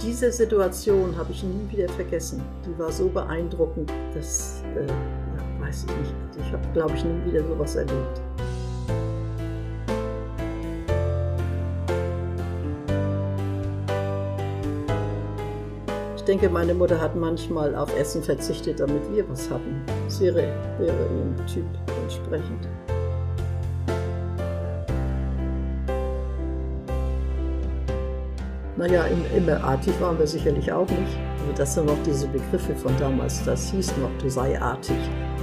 diese Situation habe ich nie wieder vergessen. Die war so beeindruckend, dass, weiß ich nicht, also ich habe, glaube ich, nie wieder sowas erlebt. Ich denke, meine Mutter hat manchmal auf Essen verzichtet, damit wir was hatten. Das wäre ihrem Typ entsprechend. Naja, immer artig waren wir sicherlich auch nicht. Aber das sind noch diese Begriffe von damals, das hieß noch, du sei artig.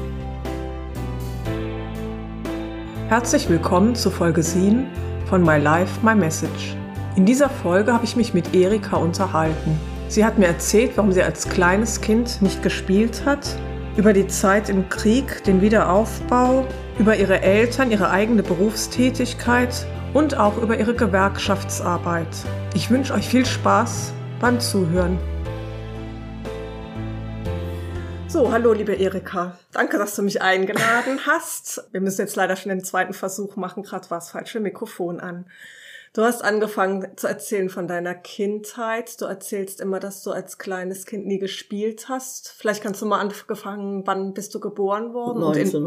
Herzlich willkommen zu Folge 7 von My Life, My Message. In dieser Folge habe ich mich mit Erika unterhalten. Sie hat mir erzählt, warum sie als kleines Kind nicht gespielt hat, über die Zeit im Krieg, den Wiederaufbau, über ihre Eltern, ihre eigene Berufstätigkeit und auch über ihre Gewerkschaftsarbeit. Ich wünsche euch viel Spaß beim Zuhören. So, hallo liebe Erika. Danke, dass du mich eingeladen hast. Wir müssen jetzt leider schon den zweiten Versuch machen, gerade war das falsche Mikrofon an. Du hast angefangen zu erzählen von deiner Kindheit. Du erzählst immer, dass du als kleines Kind nie gespielt hast. Vielleicht kannst du mal anfangen, wann bist du geboren worden?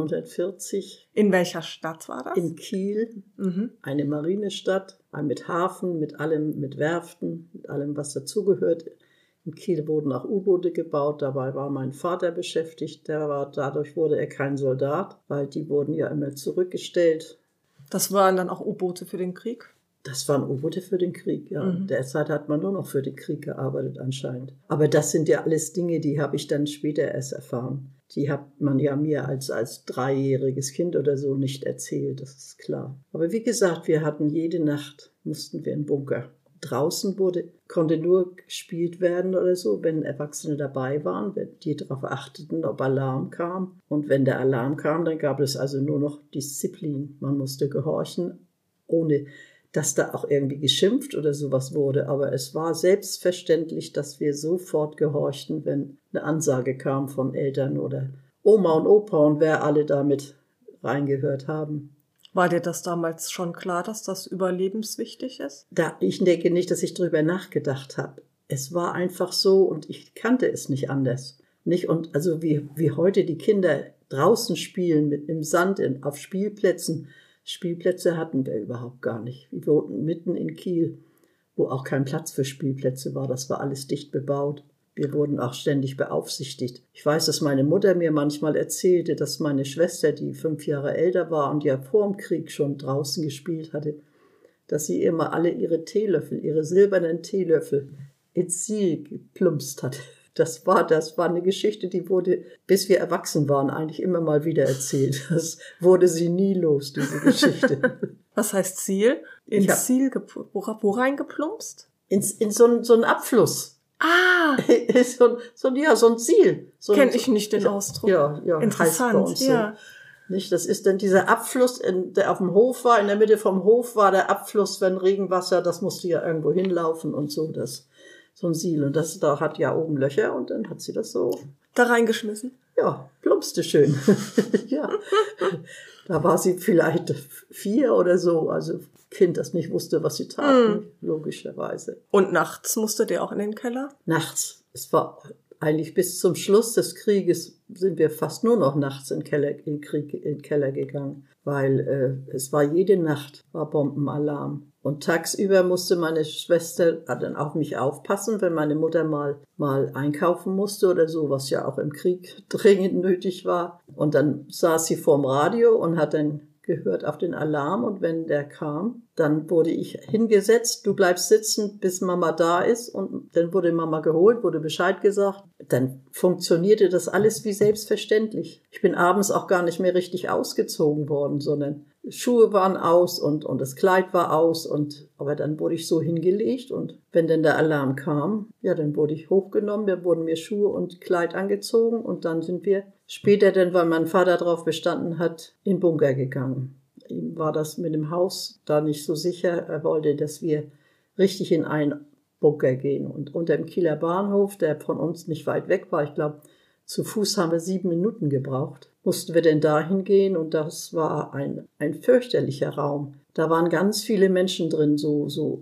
1940. In welcher Stadt war das? In Kiel, eine Marinestadt, mit Hafen, mit allem, mit Werften, mit allem, was dazugehört. In Kiel wurden auch U-Boote gebaut, dabei war mein Vater beschäftigt. Dadurch wurde er kein Soldat, weil die wurden ja immer zurückgestellt. Das waren dann auch U-Boote für den Krieg? Das waren U-Boote für den Krieg, ja. Derzeit hat man nur noch für den Krieg gearbeitet anscheinend. Aber das sind ja alles Dinge, die habe ich dann später erst erfahren. Die hat man ja mir als 3-jähriges Kind oder so nicht erzählt, das ist klar. Aber wie gesagt, wir hatten jede Nacht, mussten wir in den Bunker. Draußen konnte nur gespielt werden oder so, wenn Erwachsene dabei waren, die darauf achteten, ob Alarm kam. Und wenn der Alarm kam, dann gab es also nur noch Disziplin. Man musste gehorchen, ohne dass da auch irgendwie geschimpft oder sowas wurde. Aber es war selbstverständlich, dass wir sofort gehorchten, wenn eine Ansage kam von Eltern oder Oma und Opa und wer alle damit reingehört haben. War dir das damals schon klar, dass das überlebenswichtig ist? Ich denke nicht, dass ich darüber nachgedacht habe. Es war einfach so und ich kannte es nicht anders. Nicht? Und also wie heute die Kinder draußen spielen im Sand auf Spielplätzen. Spielplätze hatten wir überhaupt gar nicht. Wir wohnten mitten in Kiel, wo auch kein Platz für Spielplätze war. Das war alles dicht bebaut. Wir wurden auch ständig beaufsichtigt. Ich weiß, dass meine Mutter mir manchmal erzählte, dass meine Schwester, die 5 Jahre älter war und ja vor dem Krieg schon draußen gespielt hatte, dass sie immer alle ihre silbernen Teelöffel ins Siel geplumpst hat. Das war eine Geschichte, die wurde, bis wir erwachsen waren, eigentlich immer mal wieder erzählt. Das wurde sie nie los, diese Geschichte. Was heißt Siel? Ins Siel, wo reingeplumpst? In so einen Abfluss. Ah! so ein Siel. Kenn ich nicht den Ausdruck. Ja, interessant, bei uns ja. So. Nicht? Das ist dann dieser Abfluss, der auf dem Hof war. In der Mitte vom Hof war der Abfluss, wenn Regenwasser, das musste ja irgendwo hinlaufen und so, so ein Siel. Und das da hat ja oben Löcher und dann hat sie das so da reingeschmissen. Ja, plumpste schön. Ja. Da war sie vielleicht 4 oder so, also Kind, das nicht wusste, was sie taten, logischerweise. Und nachts musstet ihr auch in den Keller? Nachts. Es war eigentlich bis zum Schluss des Krieges sind wir fast nur noch nachts in den Keller gegangen, weil es war jede Nacht war Bombenalarm. Und tagsüber musste meine Schwester dann auf mich aufpassen, wenn meine Mutter mal einkaufen musste oder so, was ja auch im Krieg dringend nötig war. Und dann saß sie vorm Radio und hat dann gehört auf den Alarm. Und wenn der kam, dann wurde ich hingesetzt, du bleibst sitzen, bis Mama da ist. Und dann wurde Mama geholt, wurde Bescheid gesagt. Dann funktionierte das alles wie selbstverständlich. Ich bin abends auch gar nicht mehr richtig ausgezogen worden, sondern Schuhe waren aus und das Kleid war aus. Aber dann wurde ich so hingelegt und wenn dann der Alarm kam, ja, dann wurde ich hochgenommen, da wurden mir Schuhe und Kleid angezogen und dann sind wir später dann, weil mein Vater darauf bestanden hat, in den Bunker gegangen. Ihm war das mit dem Haus da nicht so sicher. Er wollte, dass wir richtig in einen Bunker gehen. Und unter dem Kieler Bahnhof, der von uns nicht weit weg war, ich glaube, zu Fuß haben wir 7 Minuten gebraucht, mussten wir denn dahin gehen und das war ein fürchterlicher Raum. Da waren ganz viele Menschen drin, so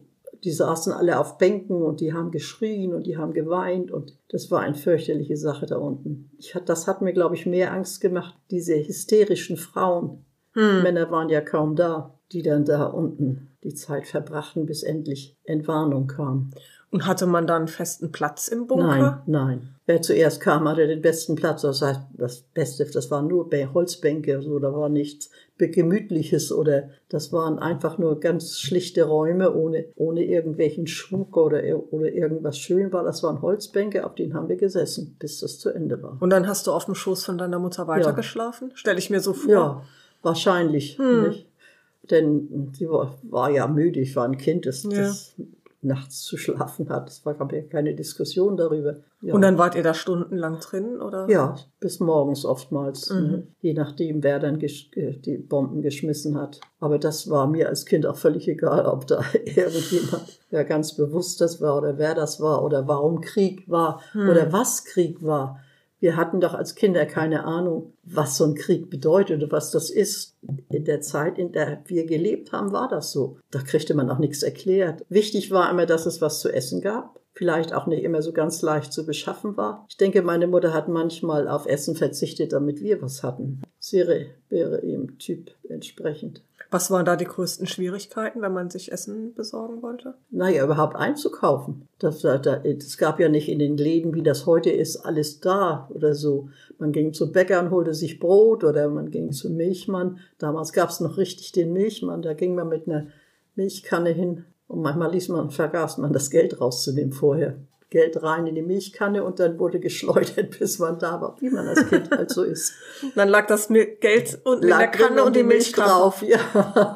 die saßen alle auf Bänken und die haben geschrien und die haben geweint und das war eine fürchterliche Sache da unten. Das hat mir, glaube ich, mehr Angst gemacht, diese hysterischen Frauen. Männer waren ja kaum da, die dann da unten die Zeit verbrachten, bis endlich Entwarnung kam. Und hatte man da einen festen Platz im Bunker? Nein. Wer zuerst kam, hatte den besten Platz. Das heißt, das Beste, das waren nur Holzbänke, so, da war nichts Gemütliches oder das waren einfach nur ganz schlichte Räume ohne irgendwelchen Schmuck oder irgendwas schön war. Das waren Holzbänke, auf denen haben wir gesessen, bis das zu Ende war. Und dann hast du auf dem Schoß von deiner Mutter weitergeschlafen? Stelle ich mir so vor. Ja, wahrscheinlich. Nicht? Denn sie war ja müde, ich war ein Kind, das nachts zu schlafen hat. Es gab ja keine Diskussion darüber. Ja. Und dann wart ihr da stundenlang drin, oder? Ja, bis morgens oftmals. Ne? Je nachdem, wer dann die Bomben geschmissen hat. Aber das war mir als Kind auch völlig egal, ob da irgendjemand, wer ganz bewusst das war oder wer das war oder warum Krieg war oder was Krieg war. Wir hatten doch als Kinder keine Ahnung, was so ein Krieg bedeutet oder was das ist. In der Zeit, in der wir gelebt haben, war das so. Da kriegte man auch nichts erklärt. Wichtig war immer, dass es was zu essen gab. Vielleicht auch nicht immer so ganz leicht zu beschaffen war. Ich denke, meine Mutter hat manchmal auf Essen verzichtet, damit wir was hatten. Es wäre ihrem Typ entsprechend. Was waren da die größten Schwierigkeiten, wenn man sich Essen besorgen wollte? Naja, überhaupt einzukaufen. Es gab ja nicht in den Läden, wie das heute ist, alles da oder so. Man ging zum Bäcker und holte sich Brot oder man ging zum Milchmann. Damals gab es noch richtig den Milchmann. Da ging man mit einer Milchkanne hin und manchmal vergaß man das Geld rauszunehmen vorher. Geld rein in die Milchkanne und dann wurde geschleudert, bis man da war, wie man als Kind halt so ist. Dann lag das Geld unten in der Kanne und die Milch drauf. Ja.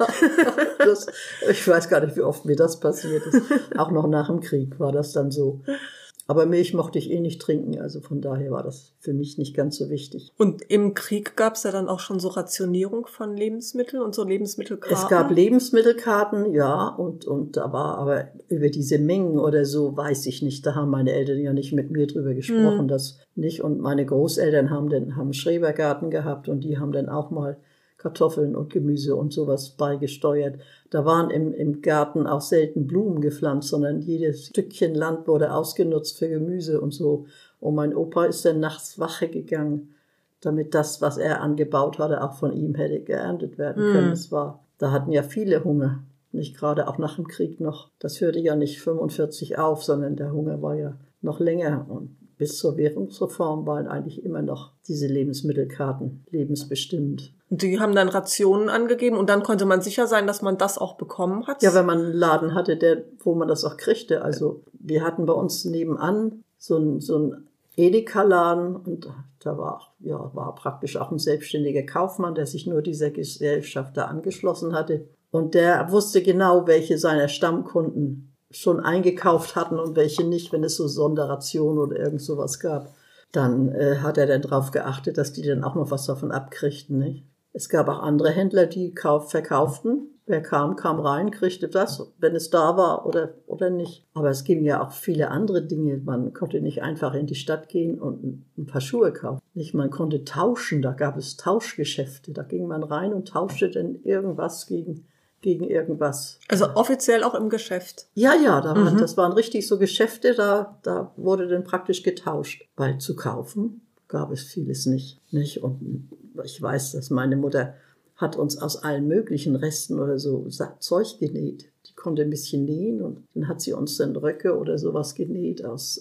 Ich weiß gar nicht, wie oft mir das passiert ist. Auch noch nach dem Krieg war das dann so. Aber Milch mochte ich nicht trinken, also von daher war das für mich nicht ganz so wichtig. Und im Krieg gab es ja dann auch schon so Rationierung von Lebensmitteln und so Lebensmittelkarten? Es gab Lebensmittelkarten, ja, und da war aber über diese Mengen oder so, weiß ich nicht, da haben meine Eltern ja nicht mit mir drüber gesprochen, das nicht. Und meine Großeltern haben einen Schrebergarten gehabt und die haben dann auch mal Kartoffeln und Gemüse und sowas beigesteuert. Da waren im Garten auch selten Blumen gepflanzt, sondern jedes Stückchen Land wurde ausgenutzt für Gemüse und so. Und mein Opa ist dann nachts wache gegangen, damit das, was er angebaut hatte, auch von ihm hätte geerntet werden können. Da hatten ja viele Hunger, nicht gerade auch nach dem Krieg noch. Das hörte ja nicht 45 auf, sondern der Hunger war ja noch länger. Und bis zur Währungsreform waren eigentlich immer noch diese Lebensmittelkarten lebensbestimmt. Und die haben dann Rationen angegeben und dann konnte man sicher sein, dass man das auch bekommen hat? Ja, wenn man einen Laden hatte, wo man das auch kriegte. Also wir hatten bei uns nebenan so ein Edeka-Laden und da war praktisch auch ein selbstständiger Kaufmann, der sich nur dieser Gesellschaft da angeschlossen hatte. Und der wusste genau, welche seiner Stammkunden schon eingekauft hatten und welche nicht, wenn es so Sonderrationen oder irgend sowas gab. Dann hat er dann darauf geachtet, dass die dann auch noch was davon abkriegten. Nicht? Es gab auch andere Händler, die verkauften. Wer kam rein, kriegte das, wenn es da war oder nicht. Aber es ging ja auch viele andere Dinge. Man konnte nicht einfach in die Stadt gehen und ein paar Schuhe kaufen. Nicht, man konnte tauschen, da gab es Tauschgeschäfte. Da ging man rein und tauschte dann irgendwas gegen irgendwas. Also offiziell auch im Geschäft? Ja, das waren richtig so Geschäfte, da wurde dann praktisch getauscht. Weil zu kaufen gab es vieles nicht. Und ich weiß, dass meine Mutter hat uns aus allen möglichen Resten oder so Zeug genäht. Die konnte ein bisschen nähen und dann hat sie uns dann Röcke oder sowas genäht aus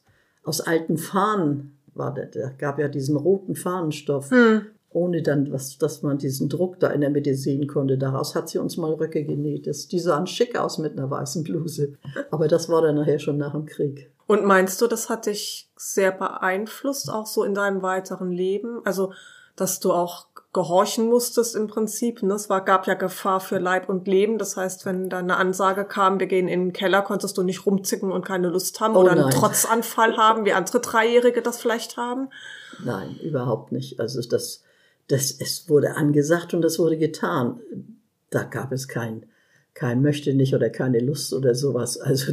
alten Fahnen. Da gab ja diesen roten Fahnenstoff. Ohne dann, dass man diesen Druck da in der Mitte sehen konnte. Daraus hat sie uns mal Röcke genäht. Die sahen schick aus mit einer weißen Bluse. Aber das war dann nachher schon nach dem Krieg. Und meinst du, das hat dich sehr beeinflusst, auch so in deinem weiteren Leben? Also, dass du auch gehorchen musstest im Prinzip. Ne? Gab ja Gefahr für Leib und Leben. Das heißt, wenn da eine Ansage kam, wir gehen in den Keller, konntest du nicht rumzicken und keine Lust haben oder einen Trotzanfall haben, wie andere Dreijährige das vielleicht haben? Nein, überhaupt nicht. Also es wurde angesagt und das wurde getan. Da gab es kein möchte nicht oder keine Lust oder sowas. Also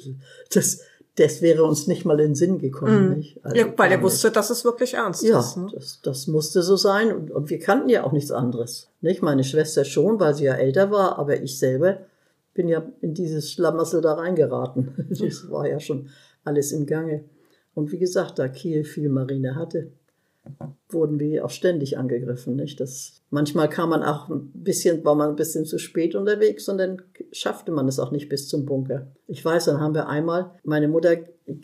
das wäre uns nicht mal in den Sinn gekommen. Nicht? Also ja, weil er wusste, dass es wirklich ernst ist. Ne? Das musste so sein und wir kannten ja auch nichts anderes. Nicht? Meine Schwester schon, weil sie ja älter war, aber ich selber bin ja in dieses Schlamassel da reingeraten. Das war ja schon alles im Gange. Und wie gesagt, da Kiel viel Marine hatte, wurden wir auch ständig angegriffen. Nicht? Manchmal kam man auch war man ein bisschen zu spät unterwegs und dann schaffte man es auch nicht bis zum Bunker. Ich weiß, dann haben wir einmal, meine Mutter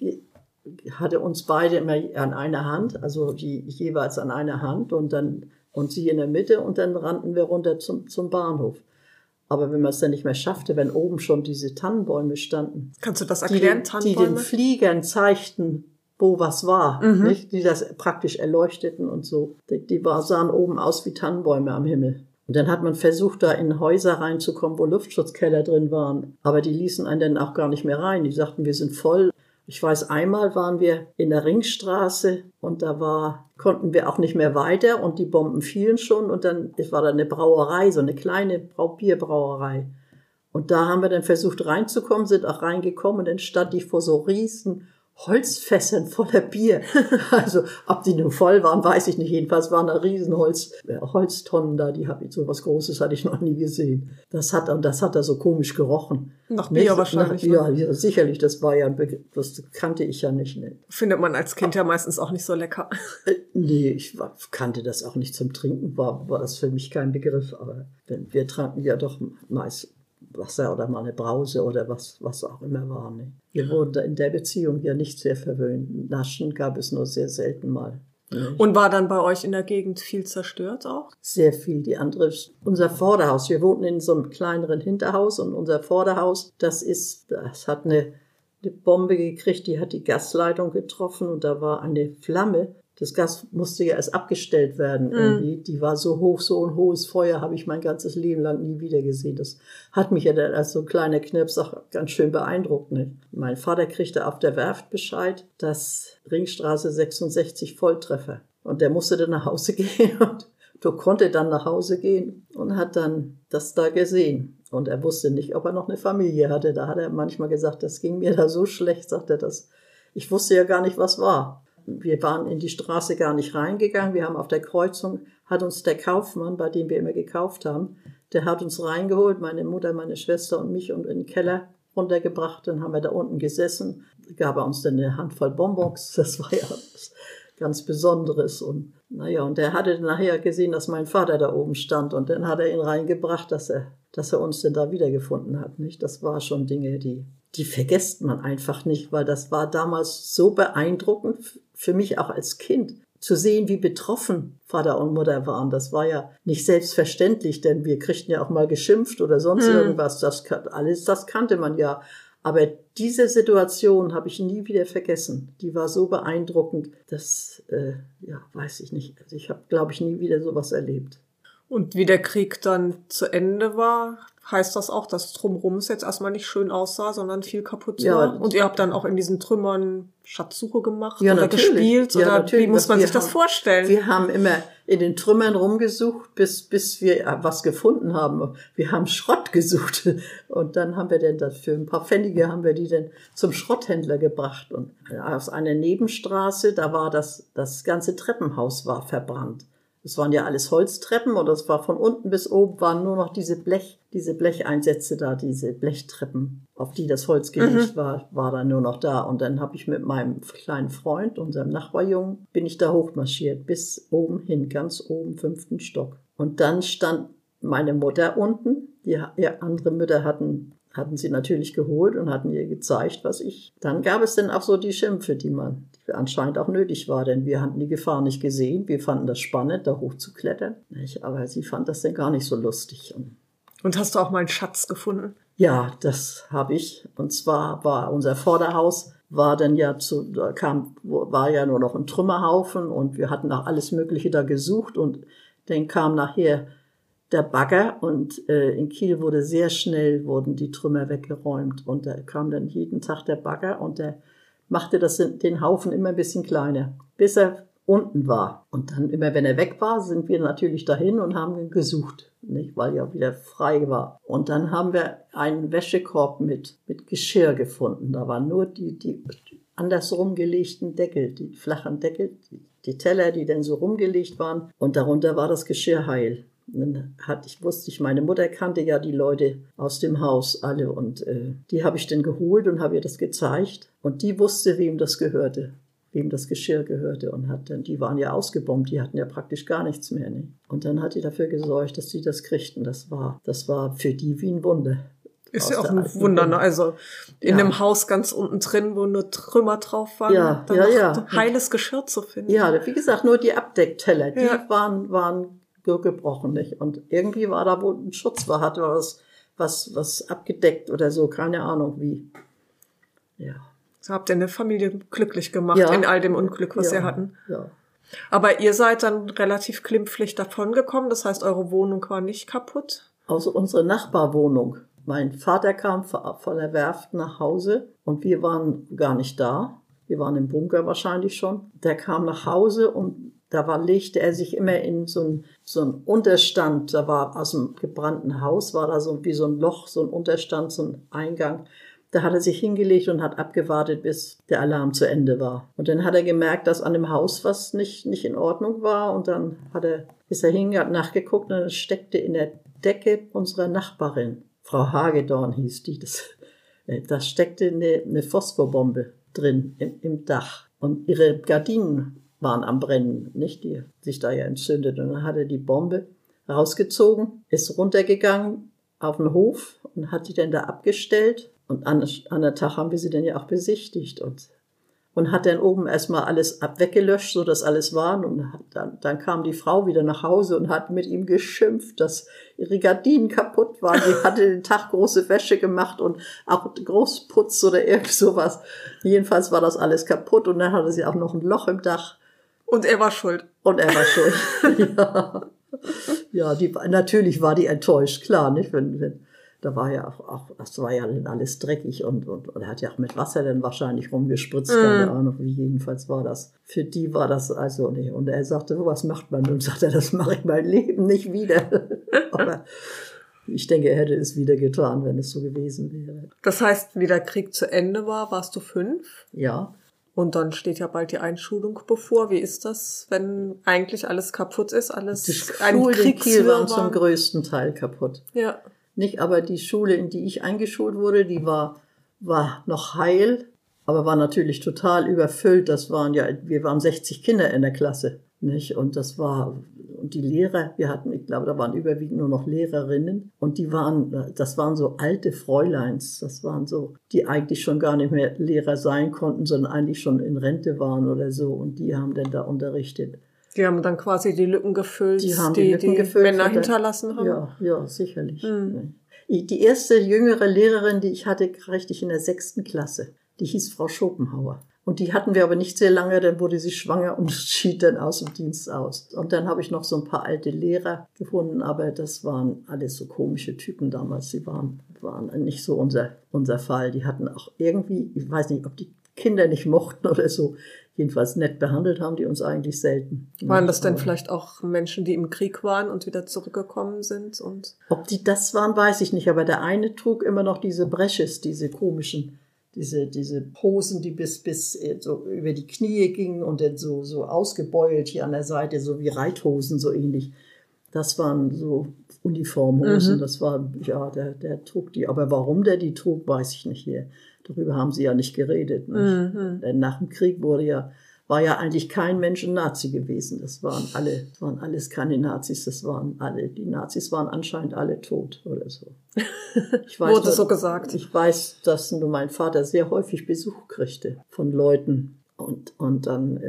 hatte uns beide immer an einer Hand, also jeweils an einer Hand und sie in der Mitte und dann rannten wir runter zum Bahnhof. Aber wenn man es dann nicht mehr schaffte, wenn oben schon diese Tannenbäume standen. Kannst du das erklären, Tannenbäume? Die den Fliegern zeigten, wo was war, nicht? Die das praktisch erleuchteten und so. Die sahen oben aus wie Tannenbäume am Himmel. Und dann hat man versucht, da in Häuser reinzukommen, wo Luftschutzkeller drin waren. Aber die ließen einen dann auch gar nicht mehr rein. Die sagten, wir sind voll. Ich weiß, einmal waren wir in der Ringstraße und konnten wir auch nicht mehr weiter und die Bomben fielen schon und dann war da eine Brauerei, so eine kleine Bierbrauerei. Und da haben wir dann versucht reinzukommen, sind auch reingekommen und dann stand ich vor so riesen Holzfässern voller Bier. Also, ob die nun voll waren, weiß ich nicht. Jedenfalls waren da riesen Holztonnen da. So was Großes hatte ich noch nie gesehen. Das hat da so komisch gerochen. Nach Bier wahrscheinlich. Ja, sicherlich. Das war ja ein Begriff, das kannte ich ja nicht. Ne. Findet man als Kind ja meistens auch nicht so lecker. Nee, ich kannte das auch nicht zum Trinken. War das für mich kein Begriff. Aber wir tranken ja doch meist Wasser oder mal eine Brause oder was auch immer war. Ne? Wir wurden da in der Beziehung ja nicht sehr verwöhnt. Naschen gab es nur sehr selten mal. Ne? Und war dann bei euch in der Gegend viel zerstört auch? Sehr viel. Unser Vorderhaus, wir wohnten in so einem kleineren Hinterhaus und unser Vorderhaus, das hat eine Bombe gekriegt, die hat die Gasleitung getroffen und da war eine Flamme. Das Gas musste ja erst abgestellt werden irgendwie. Die war so hoch, so ein hohes Feuer habe ich mein ganzes Leben lang nie wieder gesehen. Das hat mich ja dann als so ein kleiner Knirps auch ganz schön beeindruckt. Ne? Mein Vater kriegte auf der Werft Bescheid, dass Ringstraße 66 Volltreffer. Und der musste dann nach Hause gehen und konnte dann nach Hause gehen und hat dann das da gesehen. Und er wusste nicht, ob er noch eine Familie hatte. Da hat er manchmal gesagt, das ging mir da so schlecht, sagt er das. Ich wusste ja gar nicht, was war. Wir waren in die Straße gar nicht reingegangen. Wir haben auf der Kreuzung, hat uns der Kaufmann, bei dem wir immer gekauft haben, der hat uns reingeholt, meine Mutter, meine Schwester und mich und in den Keller runtergebracht. Dann haben wir da unten gesessen, gab er uns dann eine Handvoll Bonbons. Das war ja was ganz Besonderes. Und und der hatte nachher gesehen, dass mein Vater da oben stand und dann hat er ihn reingebracht, dass er uns denn da wiedergefunden hat. Nicht? Das war schon Dinge, die vergisst man einfach nicht, weil das war damals so beeindruckend, für mich auch als Kind, zu sehen, wie betroffen Vater und Mutter waren. Das war ja nicht selbstverständlich, denn wir kriegten ja auch mal geschimpft oder sonst irgendwas. Das kannte man ja. Aber diese Situation habe ich nie wieder vergessen. Die war so beeindruckend, dass, weiß ich nicht. Also ich habe, glaube ich, nie wieder sowas erlebt. Und wie der Krieg dann zu Ende war, heißt das auch, dass drumherum es jetzt erstmal nicht schön aussah, sondern viel kaputt war? Und ihr habt dann auch in diesen Trümmern Schatzsuche gemacht oder gespielt? Oder wie muss man sich das vorstellen? Wir haben immer in den Trümmern rumgesucht, bis wir was gefunden haben. Wir haben Schrott gesucht. Und dann haben wir dann dafür ein paar Pfennige haben wir die dann zum Schrotthändler gebracht. Und aus einer Nebenstraße, da war das ganze Treppenhaus war verbrannt. Es waren ja alles Holztreppen und das war von unten bis oben waren nur noch diese Blecheinsätze da, diese Blechtreppen, auf die das Holz gelegt war dann nur noch da. Und dann habe ich mit meinem kleinen Freund, unserem Nachbarjungen, bin ich da hochmarschiert, bis oben hin, ganz oben, 5. Stock. Und dann stand meine Mutter unten, andere Mütter hatten sie natürlich geholt und hatten ihr gezeigt, Dann gab es dann auch so die Schimpfe, die anscheinend auch nötig war, denn wir hatten die Gefahr nicht gesehen. Wir fanden das spannend, da hochzuklettern. Aber sie fand das dann gar nicht so lustig. Und hast du auch mal einen Schatz gefunden? Ja, das habe ich. Und zwar war unser Vorderhaus, war ja nur noch ein Trümmerhaufen und wir hatten auch alles Mögliche da gesucht und dann kam nachher der Bagger und in Kiel wurden die Trümmer weggeräumt und da kam dann jeden Tag der Bagger und der machte den Haufen immer ein bisschen kleiner, bis er unten war. Und dann immer, wenn er weg war, sind wir natürlich dahin und haben ihn gesucht, nicht, weil ja wieder frei war. Und dann haben wir einen Wäschekorb mit Geschirr gefunden. Da waren nur die andersrum gelegten Deckel, die flachen Deckel, die Teller, die dann so rumgelegt waren. Und darunter war das Geschirr heil. wusste ich, meine Mutter kannte ja die Leute aus dem Haus alle und die habe ich dann geholt und habe ihr das gezeigt und die wusste, wem das gehörte, wem das Geschirr gehörte und die waren ja ausgebombt, die hatten ja praktisch gar nichts mehr. Ne? Und dann hat die dafür gesorgt, dass die das kriegten. Das war für die wie ein Wunder. Ist ja auch ein Wunder, ne? Also in einem Haus ganz unten drin, wo nur Trümmer drauf waren, dann heiles Geschirr zu finden. Ja, wie gesagt, nur die Abdeckteller, die waren gebrochen, nicht? Und irgendwie war da, wo ein Schutz war, hatte was abgedeckt oder so, keine Ahnung wie. Ja. So habt ihr eine Familie glücklich gemacht in all dem Unglück, was ihr hatten. Ja. Aber ihr seid dann relativ glimpflich davongekommen, das heißt, eure Wohnung war nicht kaputt? Also unsere Nachbarwohnung. Mein Vater kam von der Werft nach Hause und wir waren gar nicht da. Wir waren im Bunker wahrscheinlich schon. Der kam nach Hause und legte er sich immer in so ein Unterstand. Da war aus dem gebrannten Haus, war da wie so ein Loch, so ein Unterstand, so ein Eingang. Da hat er sich hingelegt und hat abgewartet, bis der Alarm zu Ende war. Und dann hat er gemerkt, dass an dem Haus was nicht in Ordnung war. Und dann ist er hingegangen, hat nachgeguckt und es steckte in der Decke unserer Nachbarin. Frau Hagedorn hieß die. Da steckte eine Phosphorbombe drin im Dach. Und ihre Gardinen waren am Brennen, nicht? Die sich da ja entzündet. Und dann hat er die Bombe rausgezogen, ist runtergegangen auf den Hof und hat die dann da abgestellt. Und an der Tag haben wir sie dann ja auch besichtigt und hat dann oben erstmal alles weggelöscht, so dass alles war. Und dann kam die Frau wieder nach Hause und hat mit ihm geschimpft, dass ihre Gardinen kaputt waren. Sie hatte den Tag große Wäsche gemacht und auch Großputz oder irgend sowas. Jedenfalls war das alles kaputt und dann hatte sie auch noch ein Loch im Dach. Und er war schuld. Ja, natürlich war die enttäuscht, klar, nicht? Da war ja auch, das war ja dann alles dreckig und er hat ja auch mit Wasser dann wahrscheinlich rumgespritzt, keine Ahnung, wie jedenfalls war das. Für die war das also nicht. Und er sagte, was macht man? Und sagte, das mache ich mein Leben nicht wieder. Aber ich denke, er hätte es wieder getan, wenn es so gewesen wäre. Das heißt, wie der Krieg zu Ende war, warst du 5? Ja. Und dann steht ja bald die Einschulung bevor. Wie ist das, wenn eigentlich alles kaputt ist? Die Schulen in Kiel waren zum größten Teil kaputt. Ja. Nicht, aber die Schule, in die ich eingeschult wurde, die war noch heil, aber war natürlich total überfüllt. Wir waren 60 Kinder in der Klasse, nicht? Und die Lehrer, ich glaube, da waren überwiegend nur noch Lehrerinnen und das waren so alte Fräuleins, das waren so, die eigentlich schon gar nicht mehr Lehrer sein konnten, sondern eigentlich schon in Rente waren oder so und die haben dann da unterrichtet. Die haben dann quasi die Lücken gefüllt, die Männer hinterlassen haben? Ja, sicherlich. Die erste jüngere Lehrerin, die ich hatte, kriegte ich in der 6. Klasse. Die hieß Frau Schopenhauer. Und die hatten wir aber nicht sehr lange, dann wurde sie schwanger und schied dann aus dem Dienst aus. Und dann habe ich noch so ein paar alte Lehrer gefunden, aber das waren alles so komische Typen damals. Die waren nicht so unser Fall. Die hatten auch irgendwie, ich weiß nicht, ob die Kinder nicht mochten oder so, jedenfalls nett behandelt haben die uns eigentlich selten. Waren das denn vielleicht auch Menschen, die im Krieg waren und wieder zurückgekommen sind? Und ob die das waren, weiß ich nicht, aber der eine trug immer noch diese Breches, diese komischen, diese Hosen, die bis so über die Knie gingen und dann so ausgebeult hier an der Seite, so wie Reithosen, so ähnlich. Das waren so Uniformhosen, das war, ja, der trug die. Aber warum der die trug, weiß ich nicht hier. Darüber haben sie ja nicht geredet. Nicht? Denn nach dem Krieg war ja eigentlich kein Mensch ein Nazi gewesen. Das waren alles keine Nazis, die Nazis waren anscheinend alle tot oder so. Wurde so gesagt. Ich weiß, dass nur mein Vater sehr häufig Besuch kriegte von Leuten. Und dann,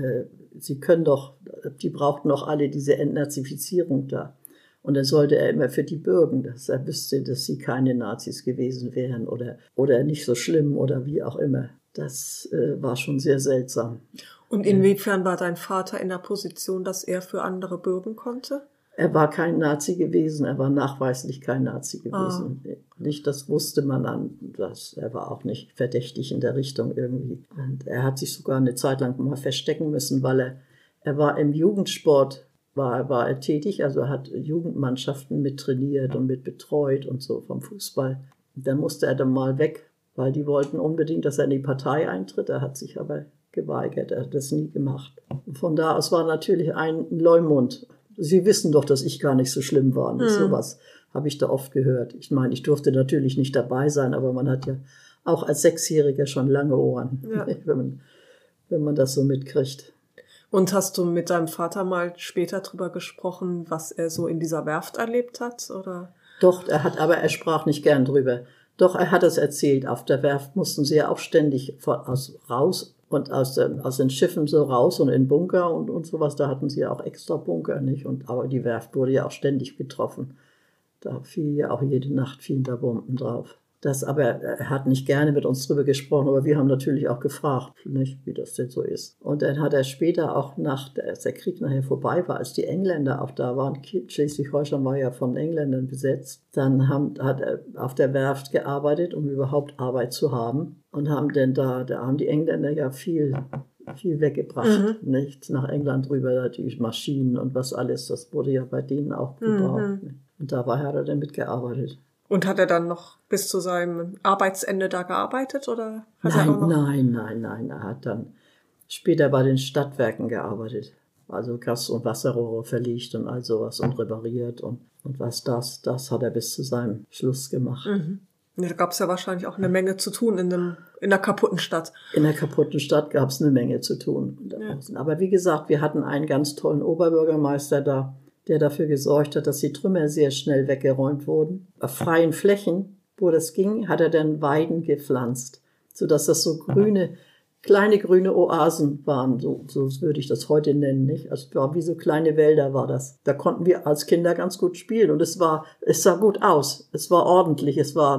die brauchten doch alle diese Entnazifizierung da. Und dann sollte er immer für die bürgen, dass er wüsste, dass sie keine Nazis gewesen wären oder nicht so schlimm oder wie auch immer. Das war schon sehr seltsam. Und inwiefern war dein Vater in der Position, dass er für andere bürgen konnte? Er war kein Nazi gewesen, er war nachweislich kein Nazi gewesen. Nicht, das wusste man an, er war auch nicht verdächtig in der Richtung irgendwie. Und er hat sich sogar eine Zeit lang mal verstecken müssen, weil er war im Jugendsport, war er tätig, also er hat Jugendmannschaften mittrainiert und mit betreut und so vom Fußball. Und dann musste er dann mal weg, weil die wollten unbedingt, dass er in die Partei eintritt. Er hat sich aber geweigert, er hat das nie gemacht. Und von da aus war natürlich ein Leumund. Sie wissen doch, dass ich gar nicht so schlimm war. Und sowas habe ich da oft gehört. Ich meine, ich durfte natürlich nicht dabei sein, aber man hat ja auch als Sechsjähriger schon lange Ohren, wenn man das so mitkriegt. Und hast du mit deinem Vater mal später drüber gesprochen, was er so in dieser Werft erlebt hat, oder? Doch, aber er sprach nicht gern drüber. Doch, er hat es erzählt. Auf der Werft mussten sie ja auch ständig raus und aus den Schiffen so raus und in Bunker und sowas. Da hatten sie ja auch extra Bunker, nicht? Aber die Werft wurde ja auch ständig getroffen. Da fiel ja auch jede Nacht fielen da Bomben drauf. Aber er hat nicht gerne mit uns drüber gesprochen, aber wir haben natürlich auch gefragt, nicht, wie das denn so ist. Und dann hat er später auch, als der Krieg nachher vorbei war, als die Engländer auch da waren, Schleswig-Holstein war ja von Engländern besetzt, dann hat er auf der Werft gearbeitet, um überhaupt Arbeit zu haben. Und haben denn da haben die Engländer ja viel weggebracht, nicht? Nach England rüber, die Maschinen und was alles, das wurde ja bei denen auch gebraucht. Und dabei hat er dann mitgearbeitet. Und hat er dann noch bis zu seinem Arbeitsende da gearbeitet, oder? Nein. Er hat dann später bei den Stadtwerken gearbeitet. Also Gas- und Wasserrohre verlegt und all sowas und repariert und was das hat er bis zu seinem Schluss gemacht. Ja, da gab es ja wahrscheinlich auch eine Menge zu tun in der kaputten Stadt. In der kaputten Stadt gab es eine Menge zu tun. Ja. Aber wie gesagt, wir hatten einen ganz tollen Oberbürgermeister da, der dafür gesorgt hat, dass die Trümmer sehr schnell weggeräumt wurden. Auf freien Flächen, wo das ging, hat er dann Weiden gepflanzt, sodass das so kleine grüne Oasen waren, so würde ich das heute nennen, nicht? Also es war wie so kleine Wälder war das. Da konnten wir als Kinder ganz gut spielen und es sah gut aus, es war ordentlich,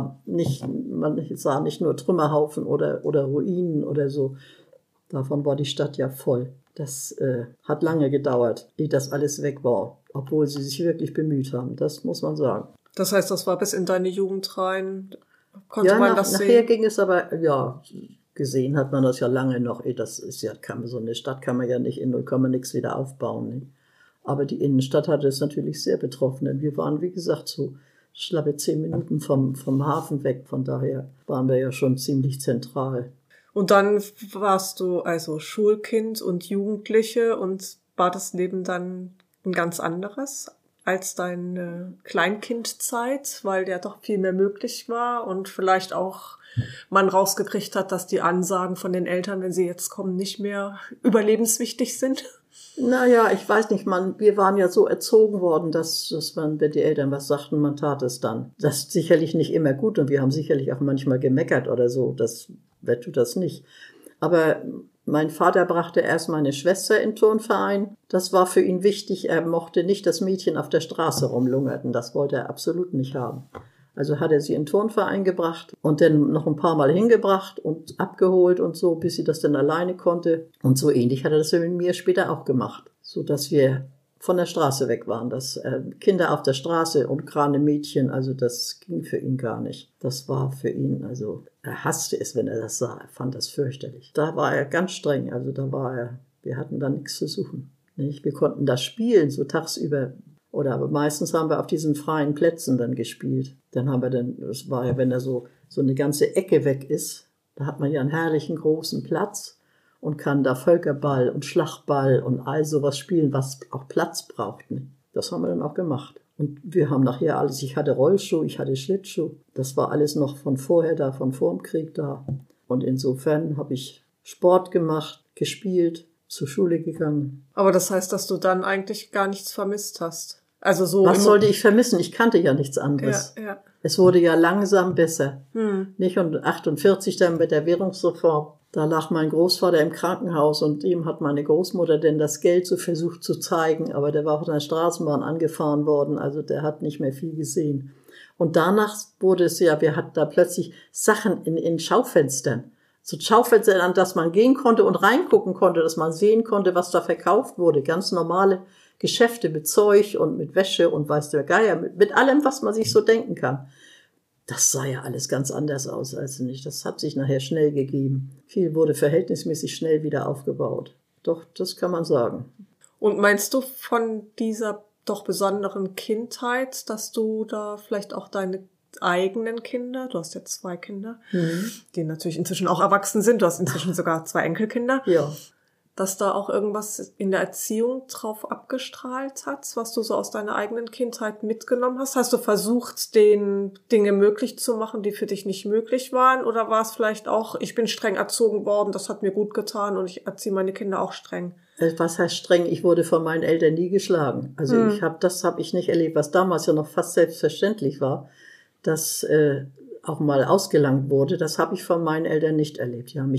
man sah nicht nur Trümmerhaufen oder Ruinen oder so. Davon war die Stadt ja voll. Das hat lange gedauert, ehe das alles weg war, obwohl sie sich wirklich bemüht haben, das muss man sagen. Das heißt, das war bis in deine Jugend rein, konnte man das sehen? Nachher ging es aber, ja, gesehen hat man das ja lange noch. Das ist ja, so eine Stadt kann man ja nicht in 0, nix wieder aufbauen. Nicht? Aber die Innenstadt hatte es natürlich sehr betroffen, denn wir waren, wie gesagt, so schlappe 10 Minuten vom Hafen weg, von daher waren wir ja schon ziemlich zentral. Und dann warst du also Schulkind und Jugendliche und war das Leben dann ein ganz anderes als deine Kleinkindzeit, weil ja doch viel mehr möglich war und vielleicht auch man rausgekriegt hat, dass die Ansagen von den Eltern, wenn sie jetzt kommen, nicht mehr überlebenswichtig sind? Naja, ich weiß nicht, wir waren ja so erzogen worden, dass wenn die Eltern was sagten, man tat es dann. Das ist sicherlich nicht immer gut und wir haben sicherlich auch manchmal gemeckert oder so, wer tut das nicht. Aber mein Vater brachte erst meine Schwester in den Turnverein. Das war für ihn wichtig. Er mochte nicht, dass Mädchen auf der Straße rumlungerten. Das wollte er absolut nicht haben. Also hat er sie in den Turnverein gebracht und dann noch ein paar Mal hingebracht und abgeholt und so, bis sie das dann alleine konnte. Und so ähnlich hat er das mit mir später auch gemacht, sodass wir von der Straße weg waren. Dass Kinder auf der Straße und gerade Mädchen, also das ging für ihn gar nicht. Das war für ihn, also er hasste es, wenn er das sah. Er fand das fürchterlich. Da war er ganz streng, also wir hatten da nichts zu suchen. Nicht? Wir konnten da spielen, so tagsüber. Aber meistens haben wir auf diesen freien Plätzen dann gespielt. Das war ja, wenn da so eine ganze Ecke weg ist, da hat man ja einen herrlichen großen Platz und kann da Völkerball und Schlagball und all sowas spielen, was auch Platz braucht. Das haben wir dann auch gemacht. Und wir haben nachher alles, ich hatte Rollschuh, ich hatte Schlittschuh. Das war alles noch von vor dem Krieg da. Und insofern habe ich Sport gemacht, gespielt, zur Schule gegangen. Aber das heißt, dass du dann eigentlich gar nichts vermisst hast? Also so. Was sollte ich vermissen? Ich kannte ja nichts anderes. Ja. Es wurde ja langsam besser. Nicht? Und 48 dann mit der Währungsreform, da lag mein Großvater im Krankenhaus und ihm hat meine Großmutter denn das Geld so versucht zu zeigen, aber der war von der Straßenbahn angefahren worden, also der hat nicht mehr viel gesehen. Und danach wurde es ja, wir hatten da plötzlich Sachen in Schaufenstern. So Schaufenster, an das man gehen konnte und reingucken konnte, dass man sehen konnte, was da verkauft wurde. Ganz normale Geschäfte mit Zeug und mit Wäsche und weiß der Geier, mit allem, was man sich so denken kann. Das sah ja alles ganz anders aus als nicht. Das hat sich nachher schnell gegeben. Viel wurde verhältnismäßig schnell wieder aufgebaut. Doch, das kann man sagen. Und meinst du von dieser doch besonderen Kindheit, dass du da vielleicht auch deine eigenen Kinder, du hast ja 2 Kinder, die natürlich inzwischen auch erwachsen sind, du hast inzwischen sogar 2 Enkelkinder, ja, dass da auch irgendwas in der Erziehung drauf abgestrahlt hat, was du so aus deiner eigenen Kindheit mitgenommen hast? Hast du versucht, denen Dinge möglich zu machen, die für dich nicht möglich waren? Oder war es vielleicht auch, ich bin streng erzogen worden, das hat mir gut getan und ich erziehe meine Kinder auch streng? Was heißt streng? Ich wurde von meinen Eltern nie geschlagen. Also das habe ich nicht erlebt, was damals ja noch fast selbstverständlich war, dass auch mal ausgelangt wurde. Das habe ich von meinen Eltern nicht erlebt. Die haben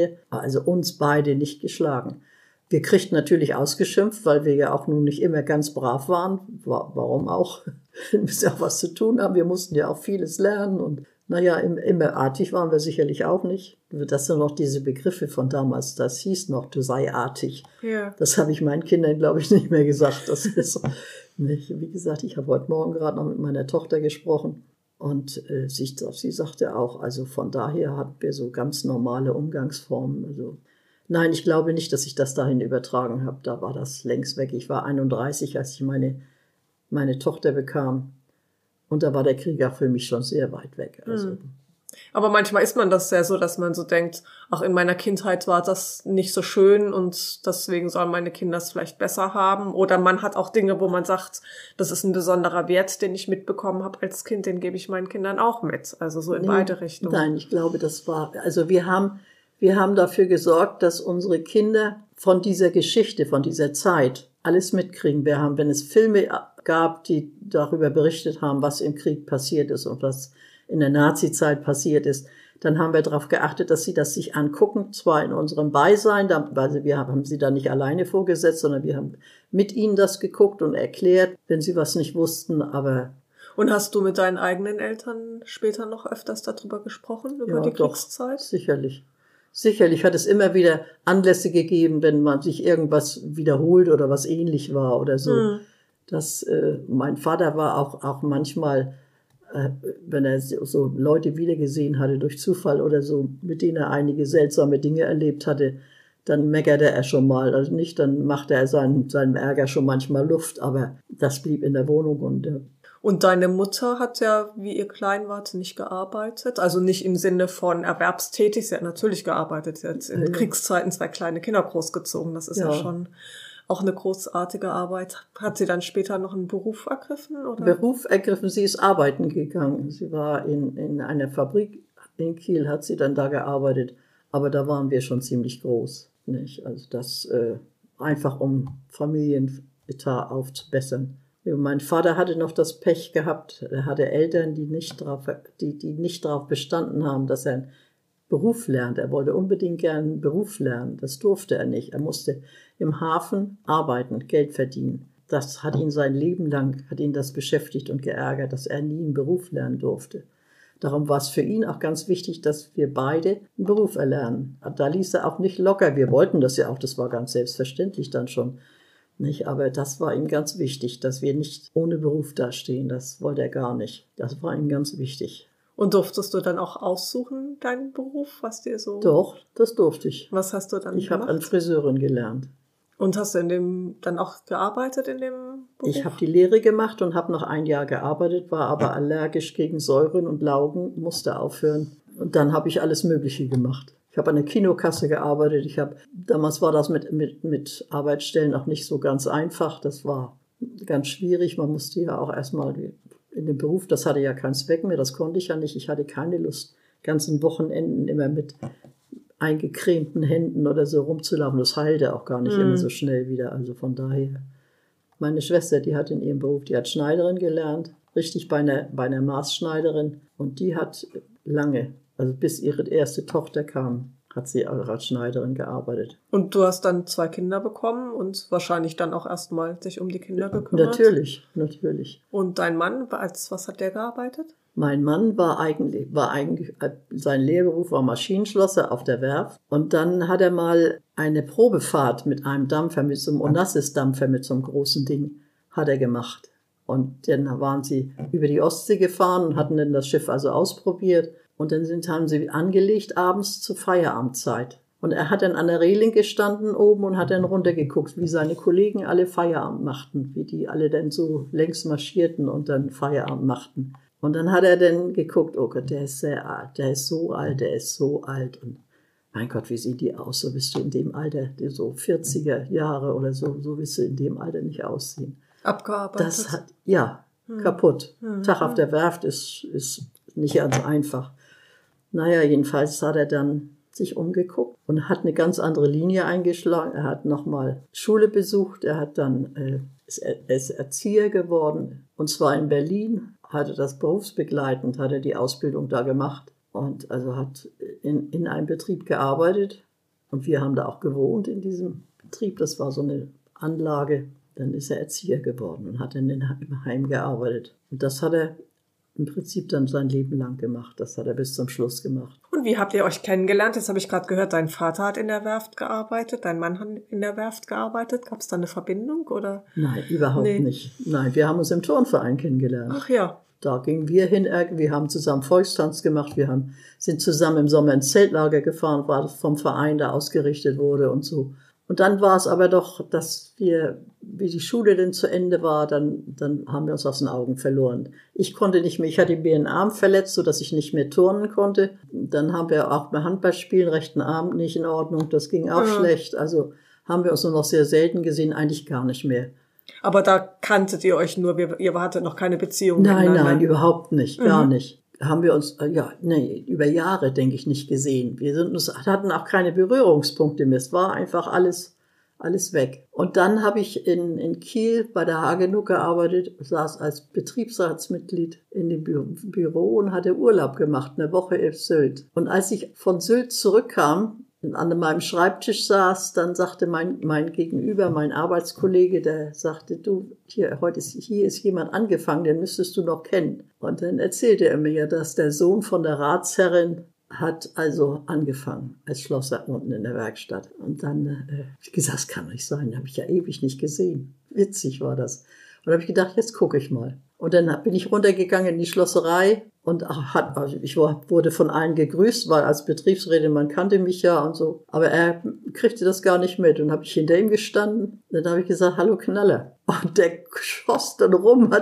uns beide nicht geschlagen. Wir kriegten natürlich ausgeschimpft, weil wir ja auch nun nicht immer ganz brav waren. Warum auch? Wir müssen ja auch was zu tun haben. Wir mussten ja auch vieles lernen und immer artig waren wir sicherlich auch nicht. Das sind noch diese Begriffe von damals. Das hieß noch, du sei artig. Ja. Das habe ich meinen Kindern, glaube ich, nicht mehr gesagt. Das ist nicht. Wie gesagt, ich habe heute Morgen gerade noch mit meiner Tochter gesprochen. Und sie sagte auch, also von daher hatten wir so ganz normale Umgangsformen. Also, nein, ich glaube nicht, dass ich das dahin übertragen habe. Da war das längst weg. Ich war 31, als ich meine Tochter bekam. Und da war der Krieg auch für mich schon sehr weit weg. Also. Aber manchmal ist man das ja so, dass man so denkt, ach, in meiner Kindheit war das nicht so schön und deswegen sollen meine Kinder es vielleicht besser haben. Oder man hat auch Dinge, wo man sagt, das ist ein besonderer Wert, den ich mitbekommen habe als Kind, den gebe ich meinen Kindern auch mit. Also so in beide Richtungen. Nein, ich glaube, also wir haben dafür gesorgt, dass unsere Kinder von dieser Geschichte, von dieser Zeit alles mitkriegen. Wenn es Filme gab, die darüber berichtet haben, was im Krieg passiert ist und was in der Nazi-Zeit passiert ist, dann haben wir darauf geachtet, dass sie das sich angucken, zwar in unserem Beisein, also wir haben sie da nicht alleine vorgesetzt, sondern wir haben mit ihnen das geguckt und erklärt, wenn sie was nicht wussten, aber... Und hast du mit deinen eigenen Eltern später noch öfters darüber gesprochen, über die Kriegszeit? Doch, sicherlich. Sicherlich hat es immer wieder Anlässe gegeben, wenn man sich irgendwas wiederholt oder was ähnlich war oder so. Mein Vater war auch manchmal, wenn er so Leute wiedergesehen hatte durch Zufall oder so, mit denen er einige seltsame Dinge erlebt hatte, dann meckerte er schon mal. Also nicht, dann machte er seinem Ärger schon manchmal Luft, aber das blieb in der Wohnung. Und deine Mutter hat ja, wie ihr klein wart, nicht gearbeitet? Also nicht im Sinne von erwerbstätig. Sie hat natürlich gearbeitet. Sie hat in Kriegszeiten 2 kleine Kinder großgezogen. Das ist ja schon auch eine großartige Arbeit. Hat sie dann später noch einen Beruf ergriffen? Oder? Beruf ergriffen, sie ist arbeiten gegangen. Sie war in einer Fabrik in Kiel, hat sie dann da gearbeitet. Aber da waren wir schon ziemlich groß. Nicht? Also das einfach um Familienetat aufzubessern. Mein Vater hatte noch das Pech gehabt, er hatte Eltern, die nicht darauf bestanden haben, dass er einen Beruf lernt. Er wollte unbedingt gerne einen Beruf lernen, das durfte er nicht. Er musste im Hafen arbeiten, Geld verdienen. Das hat ihn sein Leben lang, das beschäftigt und geärgert, dass er nie einen Beruf lernen durfte. Darum war es für ihn auch ganz wichtig, dass wir beide einen Beruf erlernen. Da ließ er auch nicht locker, wir wollten das ja auch, das war ganz selbstverständlich dann schon. Nicht, aber das war ihm ganz wichtig, dass wir nicht ohne Beruf dastehen. Das wollte er gar nicht. Das war ihm ganz wichtig. Und durftest du dann auch aussuchen, deinen Beruf, was dir so... Doch, das durfte ich. Was hast du dann gemacht? Ich habe als Friseurin gelernt. Und hast du dann auch gearbeitet in dem Beruf? Ich habe die Lehre gemacht und habe noch 1 Jahr gearbeitet, war aber allergisch gegen Säuren und Laugen, musste aufhören. Und dann habe ich alles Mögliche gemacht. Ich habe an der Kinokasse gearbeitet. Damals war das mit Arbeitsstellen auch nicht so ganz einfach. Das war ganz schwierig. Man musste ja auch erstmal in dem Beruf, das hatte ja keinen Zweck mehr, das konnte ich ja nicht. Ich hatte keine Lust, ganzen Wochenenden immer mit eingecremten Händen oder so rumzulaufen. Das heilte auch gar nicht immer so schnell wieder. Also von daher. Meine Schwester, die hat in ihrem Beruf, die hat Schneiderin gelernt, richtig bei einer Maßschneiderin. Und die hat lange, also bis ihre erste Tochter kam, hat sie auch als Schneiderin gearbeitet. Und du hast dann 2 Kinder bekommen und wahrscheinlich dann auch erstmal sich um die Kinder gekümmert? Natürlich. Und dein Mann, was hat der gearbeitet? Mein Mann war eigentlich, sein Lehrberuf war Maschinenschlosser auf der Werft. Und dann hat er mal eine Probefahrt mit einem Dampfer, mit so einem Onassis-Dampfer, mit so einem großen Ding, hat er gemacht. Und dann waren sie über die Ostsee gefahren und hatten dann das Schiff also ausprobiert. Und dann haben sie angelegt abends zur Feierabendzeit. Und er hat dann an der Reling gestanden oben und hat dann runtergeguckt, wie seine Kollegen alle Feierabend machten, wie die alle dann so längs marschierten und dann Feierabend machten. Und dann hat er dann geguckt, oh Gott, der ist sehr alt, der ist so alt. Und mein Gott, wie sehen die aus? So bist du in dem Alter, so 40er Jahre oder so willst du in dem Alter nicht aussehen. Abgearbeitet? Das hat, kaputt. Tag auf der Werft ist nicht ganz einfach. Naja, jedenfalls hat er dann sich umgeguckt und hat eine ganz andere Linie eingeschlagen. Er hat nochmal Schule besucht, er hat dann ist Erzieher geworden, und zwar in Berlin, hatte das berufsbegleitend, hat er die Ausbildung da gemacht und also hat in einem Betrieb gearbeitet und wir haben da auch gewohnt in diesem Betrieb, das war so eine Anlage. Dann ist er Erzieher geworden und hat im Heim gearbeitet. Und das hat er im Prinzip dann sein Leben lang gemacht. Das hat er bis zum Schluss gemacht. Und wie habt ihr euch kennengelernt? Das habe ich gerade gehört, dein Vater hat in der Werft gearbeitet, dein Mann hat in der Werft gearbeitet. Gab es da eine Verbindung? Oder? Nein, überhaupt nicht. Nein, wir haben uns im Turnverein kennengelernt. Ach ja. Da gingen wir hin, wir haben zusammen Volkstanz gemacht, sind zusammen im Sommer ins Zeltlager gefahren, weil das vom Verein da ausgerichtet wurde und so. Und dann war es aber doch, dass wie die Schule denn zu Ende war, dann haben wir uns aus den Augen verloren. Ich konnte nicht mehr, ich hatte mir den Arm verletzt, sodass ich nicht mehr turnen konnte. Dann haben wir auch beim Handballspielen rechten Arm nicht in Ordnung, das ging auch schlecht. Also haben wir uns nur noch sehr selten gesehen, eigentlich gar nicht mehr. Aber da kanntet ihr euch nur, ihr hattet noch keine Beziehung miteinander? Nein, überhaupt nicht, gar nicht. Haben wir uns über Jahre, denke ich, nicht gesehen. Hatten auch keine Berührungspunkte mehr. Es war einfach alles weg. Und dann habe ich in Kiel bei der Hagenow gearbeitet, saß als Betriebsratsmitglied in dem Büro und hatte Urlaub gemacht, eine Woche auf Sylt. Und als ich von Sylt zurückkam, an meinem Schreibtisch saß, dann sagte mein Gegenüber, mein Arbeitskollege, der sagte, du, hier ist jemand angefangen, den müsstest du noch kennen. Und dann erzählte er mir ja, dass der Sohn von der Ratsherrin hat also angefangen als Schlosser unten in der Werkstatt. Und dann habe ich gesagt, das kann nicht sein, habe ich ja ewig nicht gesehen. Witzig war das. Und da habe ich gedacht, jetzt gucke ich mal. Und dann bin ich runtergegangen in die Schlosserei und ich wurde von allen gegrüßt, weil als Betriebsrätin, man kannte mich ja und so. Aber er kriegte das gar nicht mit. Und habe ich hinter ihm gestanden. Dann habe ich gesagt, hallo Knaller. Und der schoss dann rum,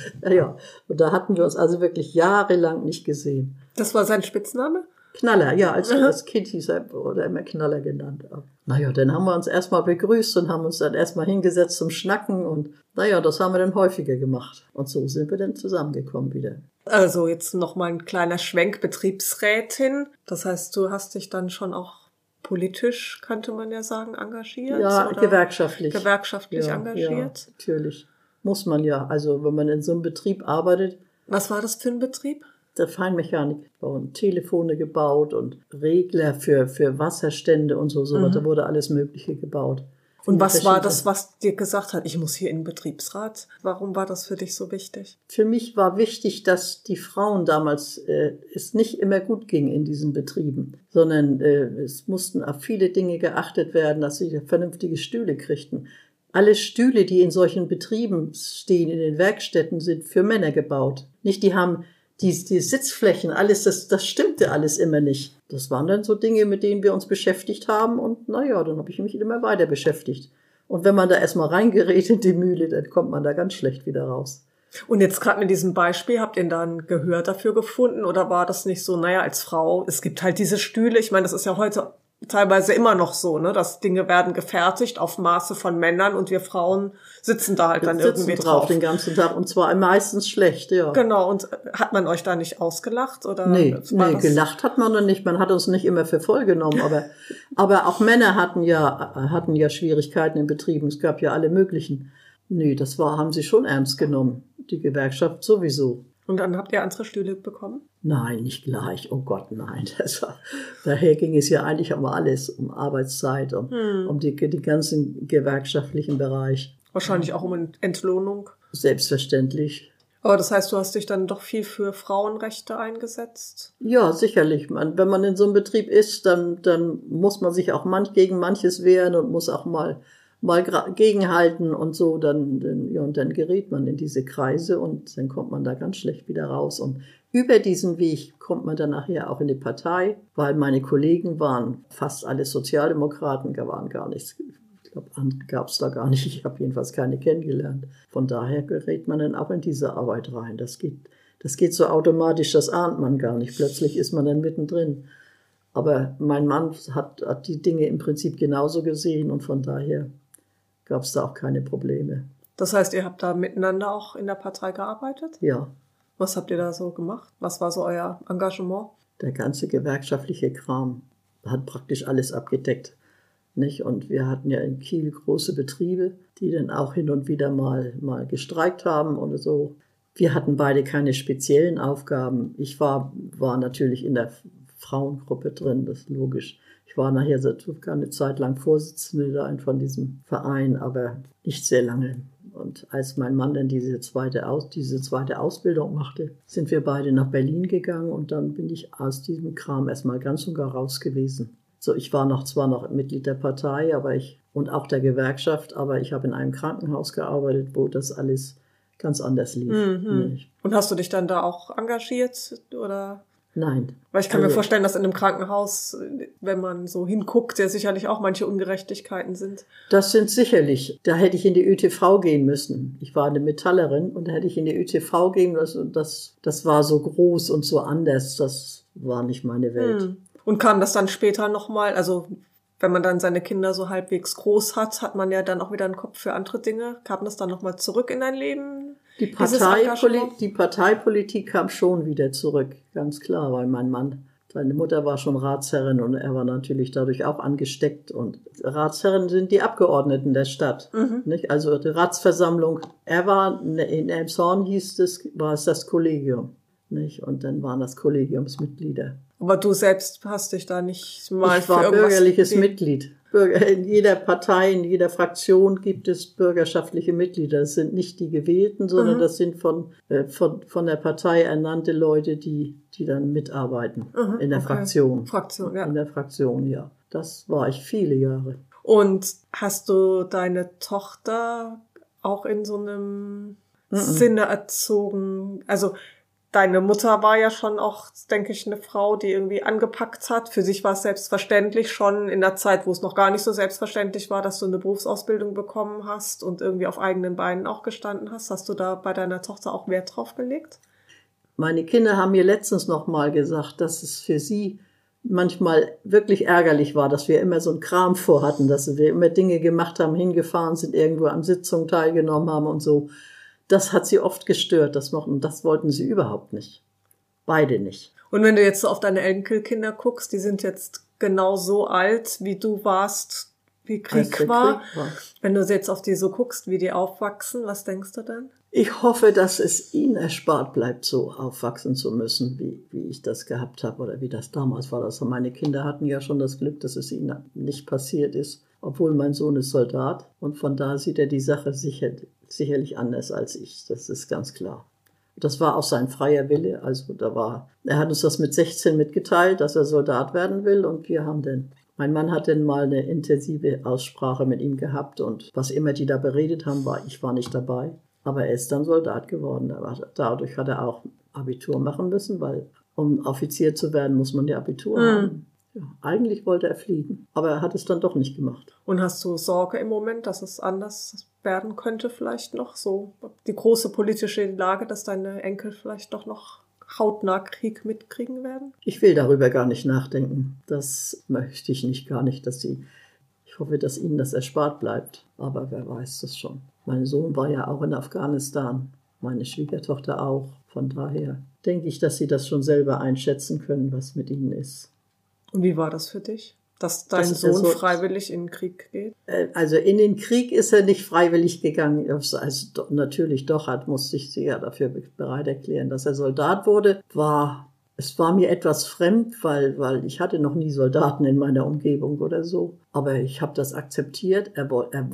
Und da hatten wir uns also wirklich jahrelang nicht gesehen. Das war sein Spitzname? Knaller, ja, als Kind hieß er, oder immer Knaller genannt. Dann haben wir uns erstmal begrüßt und haben uns dann erstmal hingesetzt zum Schnacken und das haben wir dann häufiger gemacht. Und so sind wir dann zusammengekommen wieder. Also jetzt nochmal ein kleiner Schwenk, Betriebsrätin. Das heißt, du hast dich dann schon auch politisch, könnte man ja sagen, engagiert? Ja, oder gewerkschaftlich. Gewerkschaftlich engagiert? Ja, natürlich. Muss man ja. Also wenn man in so einem Betrieb arbeitet. Was war das für ein Betrieb? Der Feinmechanik und Telefone gebaut und Regler für Wasserstände und so. Da wurde alles Mögliche gebaut. Und was war das, was dir gesagt hat, ich muss hier in den Betriebsrat? Warum war das für dich so wichtig? Für mich war wichtig, dass die Frauen damals es nicht immer gut ging in diesen Betrieben, sondern es mussten auf viele Dinge geachtet werden, dass sie vernünftige Stühle kriegten. Alle Stühle, die in solchen Betrieben stehen, in den Werkstätten, sind für Männer gebaut. Nicht, die haben die Sitzflächen, alles, das stimmte alles immer nicht. Das waren dann so Dinge, mit denen wir uns beschäftigt haben und dann habe ich mich immer weiter beschäftigt. Und wenn man da erstmal reingerät in die Mühle, dann kommt man da ganz schlecht wieder raus. Und jetzt gerade mit diesem Beispiel, habt ihr da ein Gehör dafür gefunden oder war das nicht so, als Frau, es gibt halt diese Stühle, ich meine, das ist ja heute teilweise immer noch so, dass Dinge werden gefertigt auf Maße von Männern und wir Frauen sitzen da halt dann irgendwie drauf. Den ganzen Tag und zwar meistens schlecht, ja. Genau, und hat man euch da nicht ausgelacht? Oder nee, gelacht hat man noch nicht, man hat uns nicht immer für voll genommen, aber auch Männer hatten ja Schwierigkeiten in Betrieben, es gab ja alle möglichen. Nee, haben sie schon ernst genommen, die Gewerkschaft sowieso. Und dann habt ihr andere Stühle bekommen? Nein, nicht gleich. Oh Gott, nein. Daher ging es ja eigentlich um alles, um Arbeitszeit, um die ganzen gewerkschaftlichen Bereich. Wahrscheinlich auch um Entlohnung? Selbstverständlich. Aber das heißt, du hast dich dann doch viel für Frauenrechte eingesetzt? Ja, sicherlich. Wenn man in so einem Betrieb ist, dann muss man sich auch gegen manches wehren und muss auch mal gegenhalten und so, dann gerät man in diese Kreise und dann kommt man da ganz schlecht wieder raus. Und über diesen Weg kommt man dann nachher auch in die Partei, weil meine Kollegen waren fast alle Sozialdemokraten, da waren gar nichts. Ich glaube, gab es da gar nicht. Ich habe jedenfalls keine kennengelernt. Von daher gerät man dann auch in diese Arbeit rein. Das geht so automatisch, das ahnt man gar nicht. Plötzlich ist man dann mittendrin. Aber mein Mann hat die Dinge im Prinzip genauso gesehen und von daher gab es da auch keine Probleme. Das heißt, ihr habt da miteinander auch in der Partei gearbeitet? Ja. Was habt ihr da so gemacht? Was war so euer Engagement? Der ganze gewerkschaftliche Kram hat praktisch alles abgedeckt. Nicht? Und wir hatten ja in Kiel große Betriebe, die dann auch hin und wieder mal gestreikt haben oder so. Wir hatten beide keine speziellen Aufgaben. Ich war natürlich in der Frauengruppe drin, das ist logisch. Ich war nachher eine Zeit lang Vorsitzende von diesem Verein, aber nicht sehr lange. Und als mein Mann dann diese zweite Ausbildung machte, sind wir beide nach Berlin gegangen und dann bin ich aus diesem Kram erstmal ganz und gar raus gewesen. So, ich war zwar noch Mitglied der Partei und auch der Gewerkschaft, aber ich habe in einem Krankenhaus gearbeitet, wo das alles ganz anders lief. Mhm. Und hast du dich dann da auch engagiert oder? Nein. Weil ich kann mir vorstellen, dass in einem Krankenhaus, wenn man so hinguckt, ja sicherlich auch manche Ungerechtigkeiten sind. Das sind sicherlich. Da hätte ich in die ÖTV gehen müssen. Ich war eine Metallerin und da hätte ich in die ÖTV gehen müssen. Das war so groß und so anders. Das war nicht meine Welt. Und kam das dann später nochmal, also wenn man dann seine Kinder so halbwegs groß hat man ja dann auch wieder einen Kopf für andere Dinge. Kam das dann nochmal zurück in dein Leben? Die Parteipolitik kam schon wieder zurück, ganz klar, weil mein Mann, seine Mutter war schon Ratsherrin und er war natürlich dadurch auch angesteckt. Und Ratsherren sind die Abgeordneten der Stadt, nicht? Also die Ratsversammlung. Er war in Elmshorn war es das Kollegium, nicht? Und dann waren das Kollegiumsmitglieder. Aber du selbst hast dich da nicht mal Ich war bürgerliches Mitglied. In jeder Partei, in jeder Fraktion gibt es bürgerschaftliche Mitglieder. Das sind nicht die Gewählten, sondern das sind von der Partei ernannte Leute, die dann mitarbeiten in der Fraktion. Fraktion, ja. In der Fraktion, ja. Das war ich viele Jahre. Und hast du deine Tochter auch in so einem Sinne erzogen? Also deine Mutter war ja schon auch, denke ich, eine Frau, die irgendwie angepackt hat. Für sich war es selbstverständlich schon in der Zeit, wo es noch gar nicht so selbstverständlich war, dass du eine Berufsausbildung bekommen hast und irgendwie auf eigenen Beinen auch gestanden hast. Hast du da bei deiner Tochter auch Wert drauf gelegt? Meine Kinder haben mir letztens noch mal gesagt, dass es für sie manchmal wirklich ärgerlich war, dass wir immer so einen Kram vorhatten, dass wir immer Dinge gemacht haben, hingefahren sind, irgendwo an Sitzungen teilgenommen haben und so. Das hat sie oft gestört, das wollten sie überhaupt nicht. Beide nicht. Und wenn du jetzt so auf deine Enkelkinder guckst, die sind jetzt genau so alt, wie du warst, wie Krieg war. Wenn du jetzt auf die so guckst, wie die aufwachsen, was denkst du dann? Ich hoffe, dass es ihnen erspart bleibt, so aufwachsen zu müssen, wie ich das gehabt habe oder wie das damals war. Also meine Kinder hatten ja schon das Glück, dass es ihnen nicht passiert ist, obwohl mein Sohn ist Soldat. Und von da sieht er die Sache sicherlich anders als ich, das ist ganz klar. Das war auch sein freier Wille, also er hat uns das mit 16 mitgeteilt, dass er Soldat werden will und mein Mann hat dann mal eine intensive Aussprache mit ihm gehabt und was immer die da beredet haben, ich war nicht dabei, aber er ist dann Soldat geworden. Dadurch hat er auch Abitur machen müssen, weil um Offizier zu werden, muss man ja Abitur haben. Ja, eigentlich wollte er fliegen, aber er hat es dann doch nicht gemacht. Und hast du Sorge im Moment, dass es anders werden könnte vielleicht noch? So die große politische Lage, dass deine Enkel vielleicht doch noch hautnah Krieg mitkriegen werden? Ich will darüber gar nicht nachdenken. Das möchte ich gar nicht, ich hoffe, dass ihnen das erspart bleibt. Aber wer weiß das schon. Mein Sohn war ja auch in Afghanistan, meine Schwiegertochter auch. Von daher denke ich, dass sie das schon selber einschätzen können, was mit ihnen ist. Und wie war das für dich, dass dein Sohn freiwillig in den Krieg geht? Also in den Krieg ist er nicht freiwillig gegangen. Also natürlich doch, musste ich sie ja dafür bereit erklären, dass er Soldat wurde. Es war mir etwas fremd, weil ich hatte noch nie Soldaten in meiner Umgebung oder so. Aber ich habe das akzeptiert. Er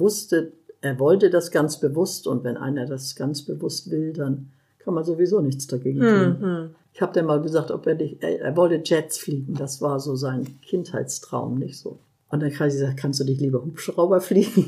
wollte das ganz bewusst. Und wenn einer das ganz bewusst will, dann kann man sowieso nichts dagegen tun. Ich habe dann mal gesagt, er wollte Jets fliegen. Das war so sein Kindheitstraum, nicht so. Und dann habe ich gesagt, kannst du nicht lieber Hubschrauber fliegen?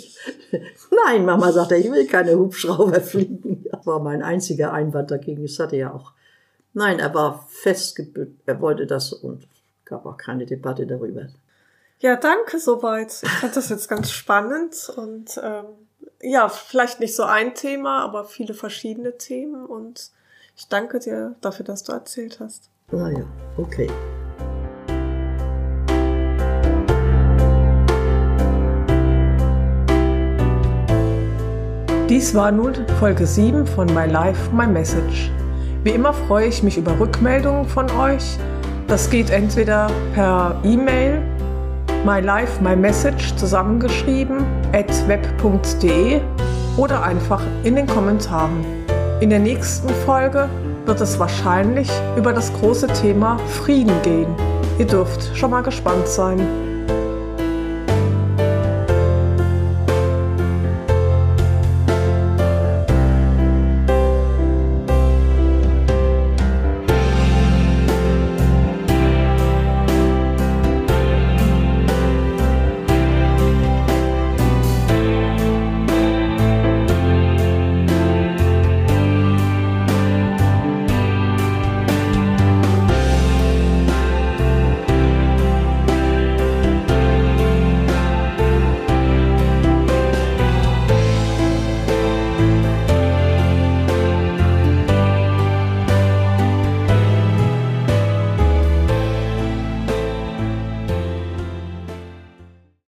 Nein, Mama sagte, ich will keine Hubschrauber fliegen. Das war mein einziger Einwand dagegen. Ich hatte ja auch. Nein, er war er wollte das und gab auch keine Debatte darüber. Ja, danke soweit. Ich fand das jetzt ganz spannend und ja, vielleicht nicht so ein Thema, aber viele verschiedene Themen und ich danke dir dafür, dass du erzählt hast. Na ja, okay. Dies war nun Folge 7 von My Life, My Message. Wie immer freue ich mich über Rückmeldungen von euch. Das geht entweder per E-Mail mylifemymessage zusammengeschrieben @web.de oder einfach in den Kommentaren. In der nächsten Folge wird es wahrscheinlich über das große Thema Frieden gehen. Ihr dürft schon mal gespannt sein.